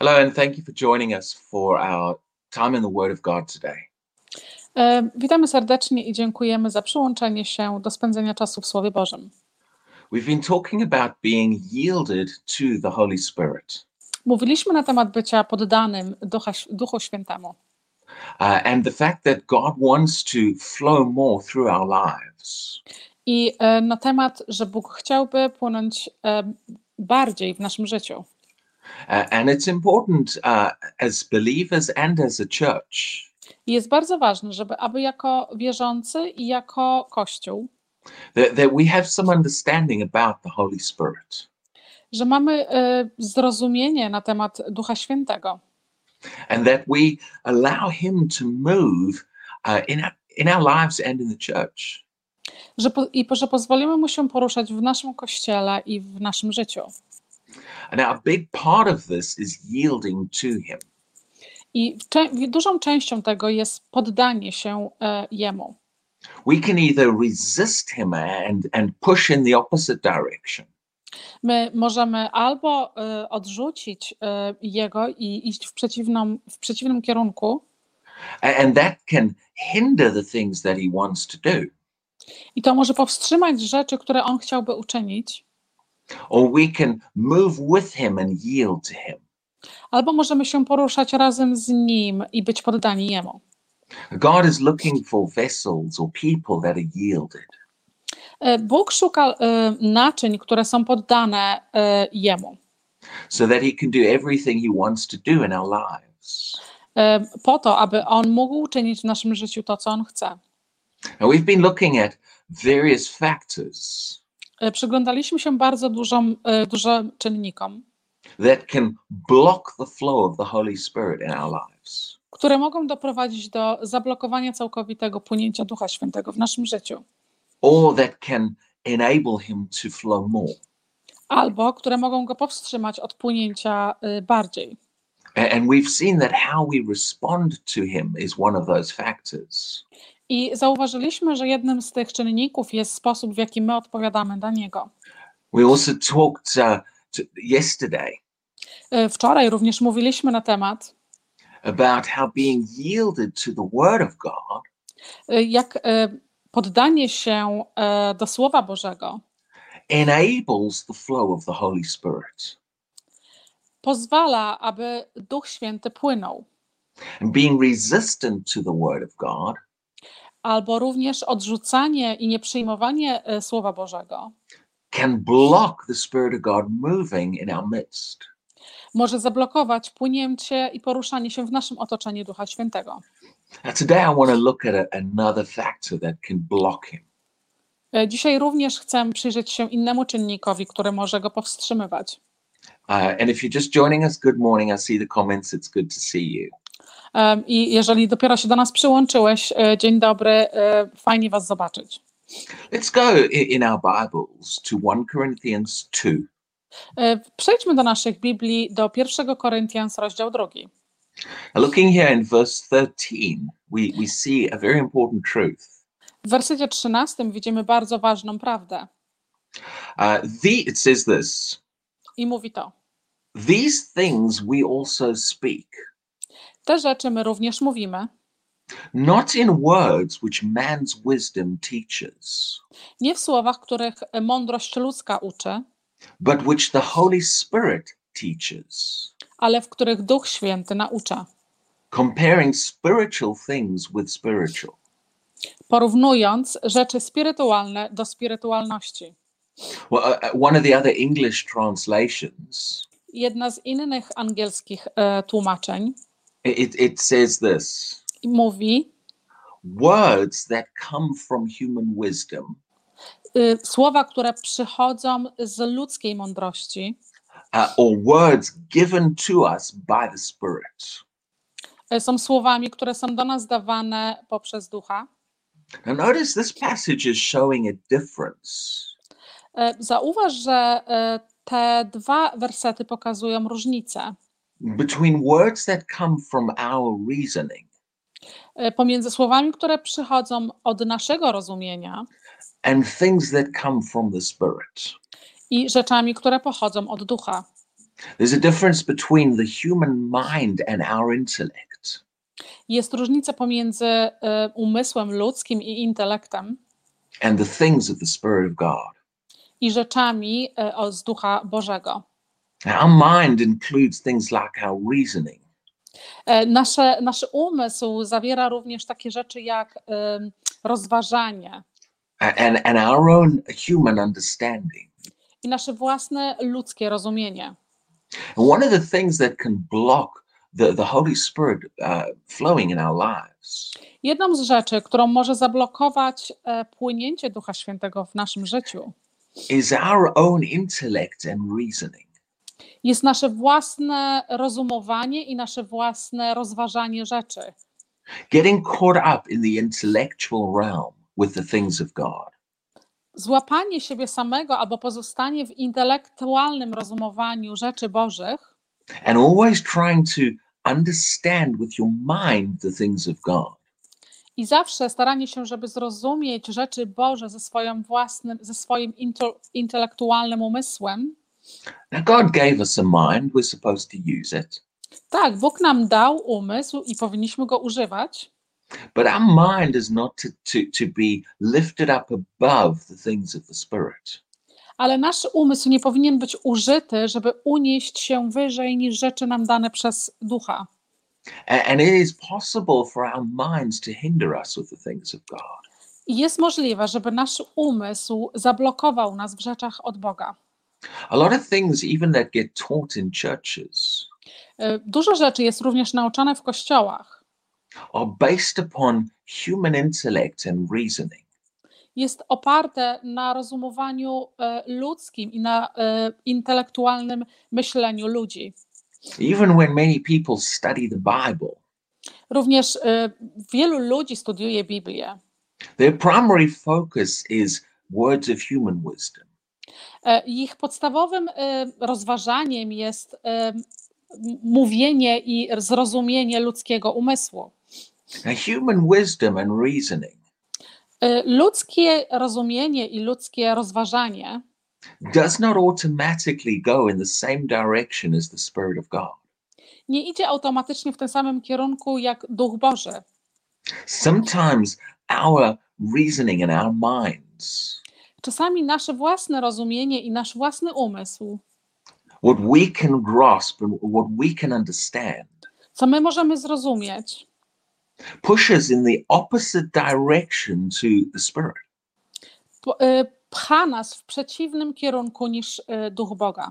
Hello, and thank you for joining us for our time in the Word of God today. Witamy serdecznie i dziękujemy za przyłączenie się do spędzenia czasu w Słowie Bożym. We've been talking about being yielded to the Holy Spirit. Mówiliśmy na temat bycia poddanym Duchu Świętemu And the fact that God wants to flow more through our lives. i na temat, że Bóg chciałby płynąć bardziej w naszym życiu. And it's important as believers and as a church. I jest bardzo ważne, żeby aby jako wierzący i jako Kościół, That we have some understanding about the Holy Spirit. że mamy zrozumienie na temat Ducha Świętego. And that we allow Him to move in our lives and in the church. Że pozwolimy Mu się poruszać w naszym Kościele i w naszym życiu. And a big part of this is yielding to Him. I dużą częścią tego jest poddanie się Jemu. We can either resist Him and push in the opposite direction. My możemy albo odrzucić Jego i iść w przeciwnym kierunku. And that can hinder the things that He wants to do. I to może powstrzymać rzeczy, które On chciałby uczynić. Or we can move with Him and yield to Him. Albo możemy się poruszać razem z Nim i być poddani Jemu. God is looking for vessels or people that are yielded. Bóg szuka naczyń, które są poddane Jemu. So that He can do everything He wants to do in our lives. Po to, aby On mógł uczynić w naszym życiu to, co On chce. And we've been looking at various factors Przyglądaliśmy się bardzo dużym czynnikom, that can block the flow of the Holy Spirit in our lives. które mogą doprowadzić do zablokowania całkowitego płynięcia Ducha Świętego w naszym życiu. Or that can enable Him to flow more. Albo które mogą go powstrzymać od płynięcia bardziej. And we've seen that how we respond to Him is one of those factors. I zauważyliśmy, że jednym z tych czynników jest sposób, w jaki my odpowiadamy na niego. We also talked yesterday Wczoraj również mówiliśmy na temat, about how being yielded to the Word of God jak poddanie się do Słowa Bożego enables the flow of the Holy Spirit. pozwala, aby Duch Święty płynął. And being resistant to the Word of God Albo również odrzucanie i nieprzyjmowanie Słowa Bożego can block the Spirit of God moving in our midst. może zablokować płynięcie i poruszanie się w naszym otoczeniu Ducha Świętego. Now today I want to look at another factor that can block Him. Dzisiaj również chcę przyjrzeć się innemu czynnikowi, który może go powstrzymywać. And if you're just joining us, good morning. I see the comments. It's good to see you. I jeżeli dopiero się do nas przyłączyłeś, dzień dobry, fajnie was zobaczyć. Let's go in our Bibles to 1 Corinthians 2. Przejdźmy do naszych Biblii, do 1 Koryntians, rozdział 2. Looking here in verse 13, we see a very important truth. W wersecie 13 widzimy bardzo ważną prawdę. It says this, I mówi to. these things we also speak, Te rzeczy my również mówimy, not in words which man's wisdom teaches, nie w słowach, których mądrość ludzka uczy, but which the Holy Spirit teaches, ale w których Duch Święty naucza, comparing spiritual things with spiritual. porównując rzeczy spirytualne do spirytualności. Well, one of the other English translations, Jedna z innych angielskich tłumaczeń it says this, mówi, words that come from human wisdom słowa, które przychodzą z ludzkiej mądrości, or words given to us by the Spirit. Są słowami, które są do nas dawane poprzez Ducha. Now notice this passage is showing a difference Zauważ, że te dwa wersety pokazują różnicę between words that come from our reasoning pomiędzy słowami, które przychodzą od naszego rozumienia and things that come from the Spirit. i rzeczami, które pochodzą od Ducha. There's a difference between the human mind and our intellect. Jest różnica pomiędzy umysłem ludzkim i intelektem And the things of the Spirit of God. i rzeczami z Ducha Bożego. Our mind includes things like our reasoning. Nasz umysł zawiera również takie rzeczy jak rozważanie And our own human understanding. i nasze własne ludzkie rozumienie. And one of the things that can block the Holy Spirit flowing in our lives Jedną z rzeczy, którą może zablokować płynięcie Ducha Świętego w naszym życiu, is our own intellect and reasoning. jest nasze własne rozumowanie i nasze własne rozważanie rzeczy. Getting caught up in the intellectual realm with the things of God. Złapanie siebie samego albo pozostanie w intelektualnym rozumowaniu rzeczy Bożych And always trying to understand with your mind the things of God. i zawsze staranie się, żeby zrozumieć rzeczy Boże ze swoim intelektualnym umysłem. Now God gave us a mind, we're supposed to use it. Tak, Bóg nam dał umysł i powinniśmy go używać, But our mind is not to be lifted up above the things of the Spirit. ale nasz umysł nie powinien być użyty, żeby unieść się wyżej niż rzeczy nam dane przez Ducha. And it is possible for our minds to hinder us with the things of God. I jest możliwe, żeby nasz umysł zablokował nas w rzeczach od Boga. A lot of things even that get taught in churches Dużo rzeczy jest również nauczane w kościołach. are based upon human intellect and reasoning. Jest oparte na rozumowaniu ludzkim i na intelektualnym myśleniu ludzi. Even when many people study the Bible, Również wielu ludzi studiuje Biblię. their primary focus is words of human wisdom. Ich podstawowym rozważaniem jest mówienie i zrozumienie ludzkiego umysłu. Now, human wisdom and reasoning Ludzkie rozumienie i ludzkie rozważanie does not automatically go in the same direction as the Spirit of God. nie idzie automatycznie w tym samym kierunku jak Duch Boży. Sometimes our reasoning and our minds, Czasami nasze własne rozumienie i nasz własny umysł, what we can grasp and what we can understand, co my możemy zrozumieć, pushes in the opposite direction to the Spirit. pcha nas w przeciwnym kierunku niż Duch Boga.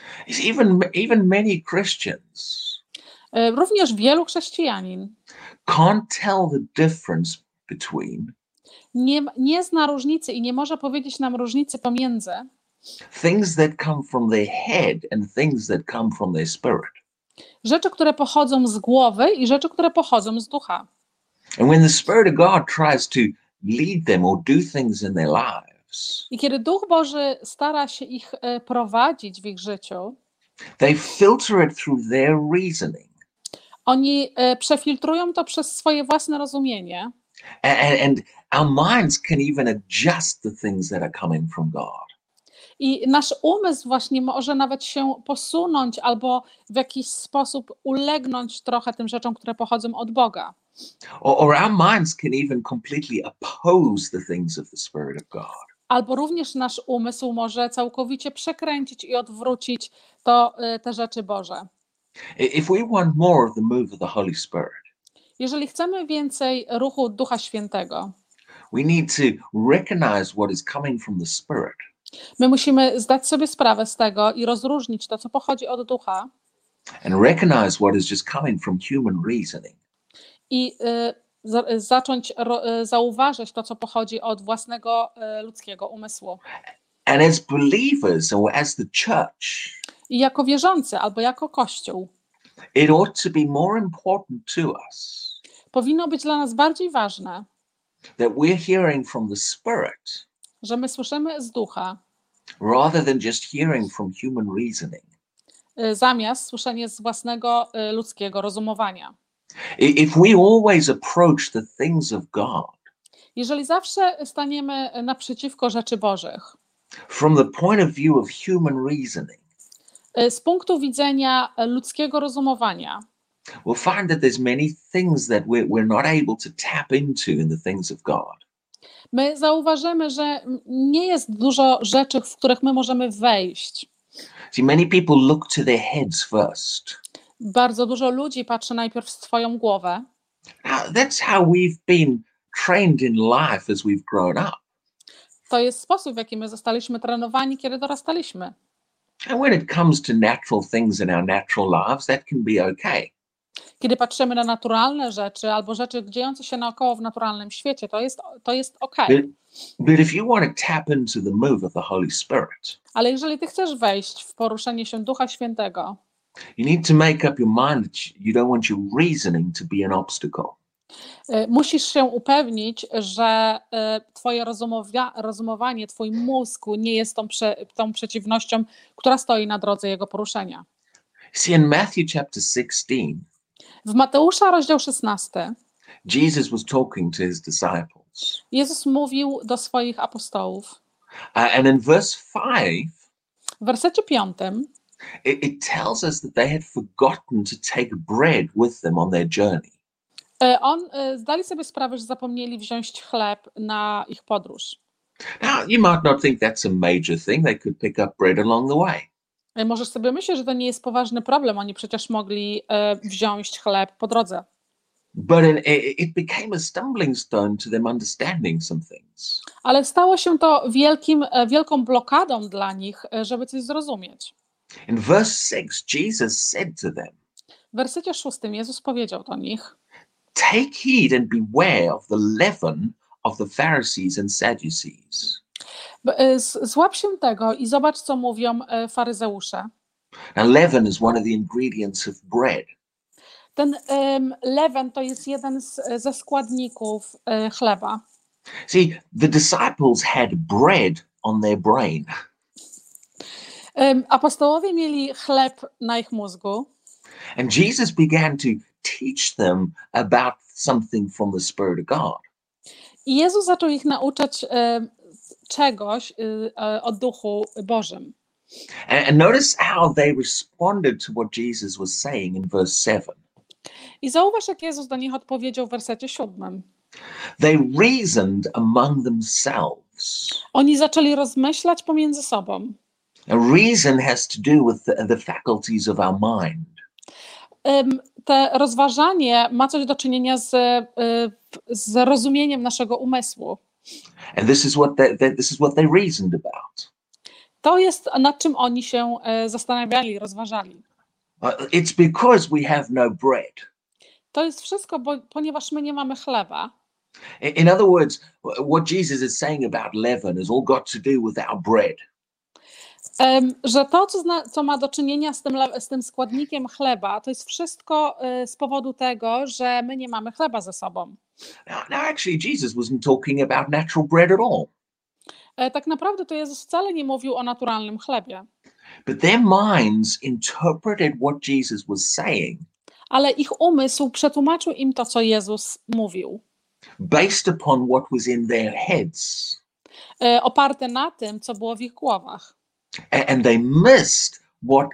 Even many Christians Również wielu chrześcijanin can't tell the difference between nie zna różnicy i nie może powiedzieć nam różnicy pomiędzy things that come from their head and things that come from their spirit. rzeczy, które pochodzą z głowy i rzeczy, które pochodzą z ducha. And when the Spirit of God tries to lead them or do things in their lives, I kiedy Duch Boży stara się ich prowadzić w ich życiu, they filter it through their reasoning. oni przefiltrują to przez swoje własne rozumienie. And our minds can even adjust the things that are coming from God. I nasz umysł właśnie może nawet się posunąć albo w jakiś sposób ulegnąć trochę tym rzeczom, które pochodzą od Boga. Or our minds can even completely oppose the things of the Spirit of God. Albo również nasz umysł może całkowicie przekręcić i odwrócić te rzeczy Boże. If we want more of the move of the Holy Spirit, Jeżeli chcemy więcej ruchu Ducha Świętego, we need to recognize what is coming from the Spirit my musimy zdać sobie sprawę z tego i rozróżnić to, co pochodzi od Ducha, and recognize what is just coming from human reasoning. i zacząć zauważyć to, co pochodzi od własnego ludzkiego umysłu. And as believers or as the church, I jako wierzący albo jako Kościół it ought to be more important to us powinno być dla nas bardziej ważne, that we're hearing from the Spirit że my słyszymy z Ducha, rather than just hearing from human reasoning. zamiast słyszenia z własnego ludzkiego rozumowania. If we always approach the things of God Jeżeli zawsze staniemy naprzeciwko rzeczy Bożych from the point of view of human reasoning, Z punktu widzenia ludzkiego rozumowania, we'll find that there's many things that we're not able to tap into in the things of God. my zauważymy, że nie jest dużo rzeczy, w których my możemy wejść. See, many people look to their heads first. Bardzo dużo ludzi patrzy najpierw w swoją głowę. Now, that's how we've been trained in life as we've grown up. To jest sposób, w jaki my zostaliśmy trenowani, kiedy dorastaliśmy. And when it comes to natural things in our natural lives, that can be okay. Kiedy patrzymy na naturalne rzeczy albo rzeczy dziejące się naokoło w naturalnym świecie, to jest okej. But if you want to tap into the move of the Holy Spirit, Ale jeżeli ty chcesz wejść w poruszenie się Ducha Świętego, you need to make up your mind that you don't want your reasoning to be an obstacle. musisz się upewnić, że twoje rozumowanie, twój mózg nie jest tą przeciwnością, która stoi na drodze jego poruszenia. See, in Matthew chapter 16, W Mateusza, rozdział 16, Jesus was talking to his disciples. Jezus mówił do swoich apostołów. And in verse 5, W wersecie 5 it tells us that they had forgotten to take bread with them on their journey. zdali sobie sprawę, że zapomnieli wziąć chleb na ich podróż. Now, you might not think that's a major thing. They could pick up bread along the way. Możesz sobie myśleć, że to nie jest poważny problem. Oni przecież mogli wziąć chleb po drodze. But it became a stumbling stone to them understanding some things. Ale stało się to wielką blokadą dla nich, żeby coś zrozumieć. In verse 6, Jesus said to them, W wersecie 6 Jezus powiedział do nich: take heed and beware of the leaven of the Pharisees and Sadducees. Złap się tego i zobacz, co mówią faryzeusze. Now, leaven is one of the ingredients of bread. Ten lewen to jest jeden ze składników chleba. See, the disciples had bread on their brain. Apostołowie mieli chleb na ich mózgu. And Jesus began to teach them about something from the Spirit of God. I Jezus zaczął ich nauczać czegoś o Duchu Bożym. And notice how they responded to what Jesus was saying in verse 7. I zauważ, jak Jezus do nich odpowiedział w wersecie 7. They reasoned among themselves. Oni zaczęli rozmyślać pomiędzy sobą. A reason has to do with the faculties of our mind. Te rozważanie ma coś do czynienia z rozumieniem naszego umysłu. And this is what they reasoned about. To jest, nad czym oni się zastanawiali, rozważali. It's because we have no bread. To jest wszystko, ponieważ my nie mamy chleba. In other words, what Jesus is saying about leaven has all got to do with our bread. Że to, co ma do czynienia z tym składnikiem chleba, to jest wszystko z powodu tego, że my nie mamy chleba ze sobą. Now actually, Jesus wasn't talking about natural bread at all. Tak naprawdę to Jezus wcale nie mówił o naturalnym chlebie. But their minds interpreted what Jesus was saying. Ale ich umysł przetłumaczył im to, co Jezus mówił. Based upon what was in their heads. Oparte na tym, co było w ich głowach. And they missed what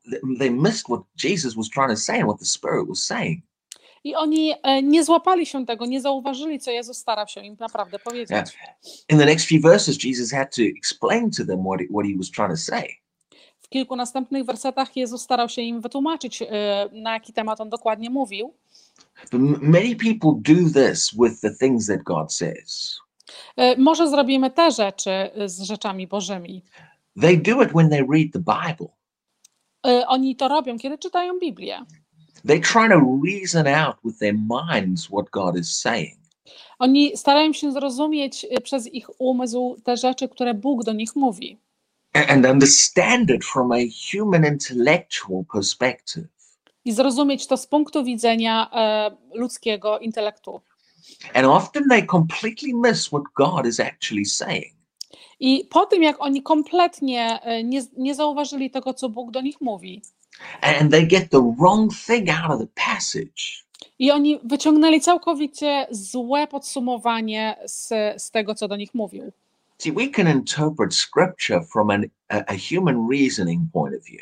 Jesus was trying to say and what the Spirit was saying. I oni nie złapali się tego, nie zauważyli, co Jezus starał się im naprawdę powiedzieć. In the next few verses, Jesus had to explain to them what he was trying to say. W kilku następnych wersetach Jezus starał się im wytłumaczyć, na jaki temat on dokładnie mówił. But many people do this with the things that God says. Może zrobimy te rzeczy z rzeczami Bożymi. They do it when they read the Bible. Oni to robią, kiedy czytają Biblię. They try to reason out with their minds what God is saying. Oni starają się zrozumieć przez ich umysł te rzeczy, które Bóg do nich mówi. And understand it from a human intellectual perspective. I zrozumieć to z punktu widzenia ludzkiego intelektu. And often they completely miss what God is actually saying. I po tym, jak oni kompletnie nie zauważyli tego, co Bóg do nich mówi. And they get the wrong thing out of the passage. I oni wyciągnęli całkowicie złe podsumowanie z tego, co do nich mówił. See, we can interpret scripture from a human reasoning point of view.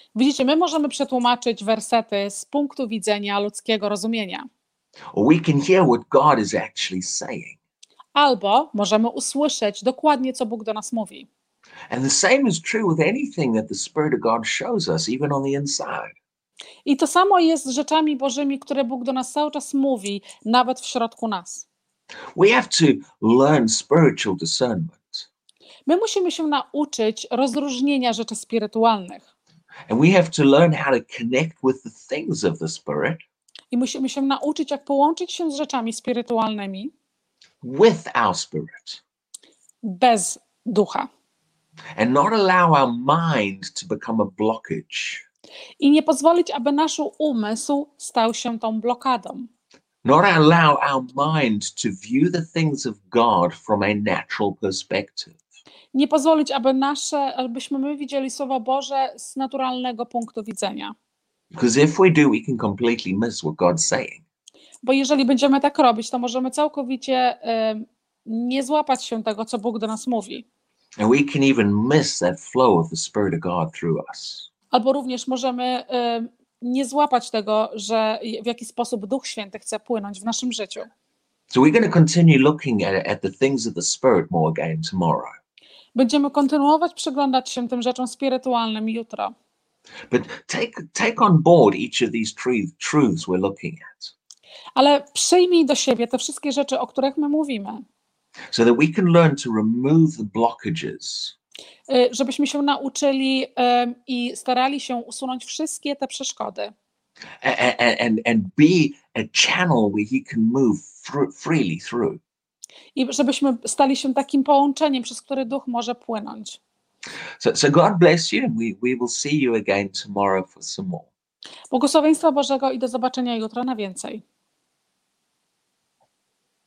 Widzicie, my możemy przetłumaczyć wersety z punktu widzenia ludzkiego rozumienia. Or we can hear what God is actually saying. Albo możemy usłyszeć dokładnie, co Bóg do nas mówi. And the same is true with anything that the Spirit of God shows us, even on the inside. I to samo jest z rzeczami Bożymi, które Bóg do nas cały czas mówi, nawet w środku nas. We have to learn spiritual discernment. My musimy się nauczyć rozróżnienia rzeczy spirytualnych. And we have to learn how to connect with the things of the Spirit I musimy się nauczyć, jak połączyć się z rzeczami spirytualnymi with our spirit. bez ducha. And not allow our mind to become a blockage. I nie pozwolić, aby nasz umysł stał się tą blokadą. Not allow our mind to view the things of God from a natural perspective. Nie pozwolić, abyśmy my widzieli Słowo Boże z naturalnego punktu widzenia. Because if we do, we can completely miss what God's saying. Bo jeżeli będziemy tak robić, to możemy całkowicie nie złapać się tego, co Bóg do nas mówi. And we can even miss that flow of the Spirit of God through us. Albo również możemy nie złapać tego, że w jaki sposób Duch Święty chce płynąć w naszym życiu. So we're going to continue looking at the things of the Spirit more again tomorrow. Będziemy kontynuować przyglądać się tym rzeczom spirytualnym jutro. But take on board each of these truths we're looking at, Ale przyjmij do siebie te wszystkie rzeczy, o których my mówimy, so that we can learn to remove the blockages żebyśmy się nauczyli i starali się usunąć wszystkie te przeszkody. and be a channel where He can move freely through. I żebyśmy stali się takim połączeniem, przez które Duch może płynąć. So God bless you, and we will see you again tomorrow for some more. Błogosławieństwa Bożego i do zobaczenia jutro na więcej.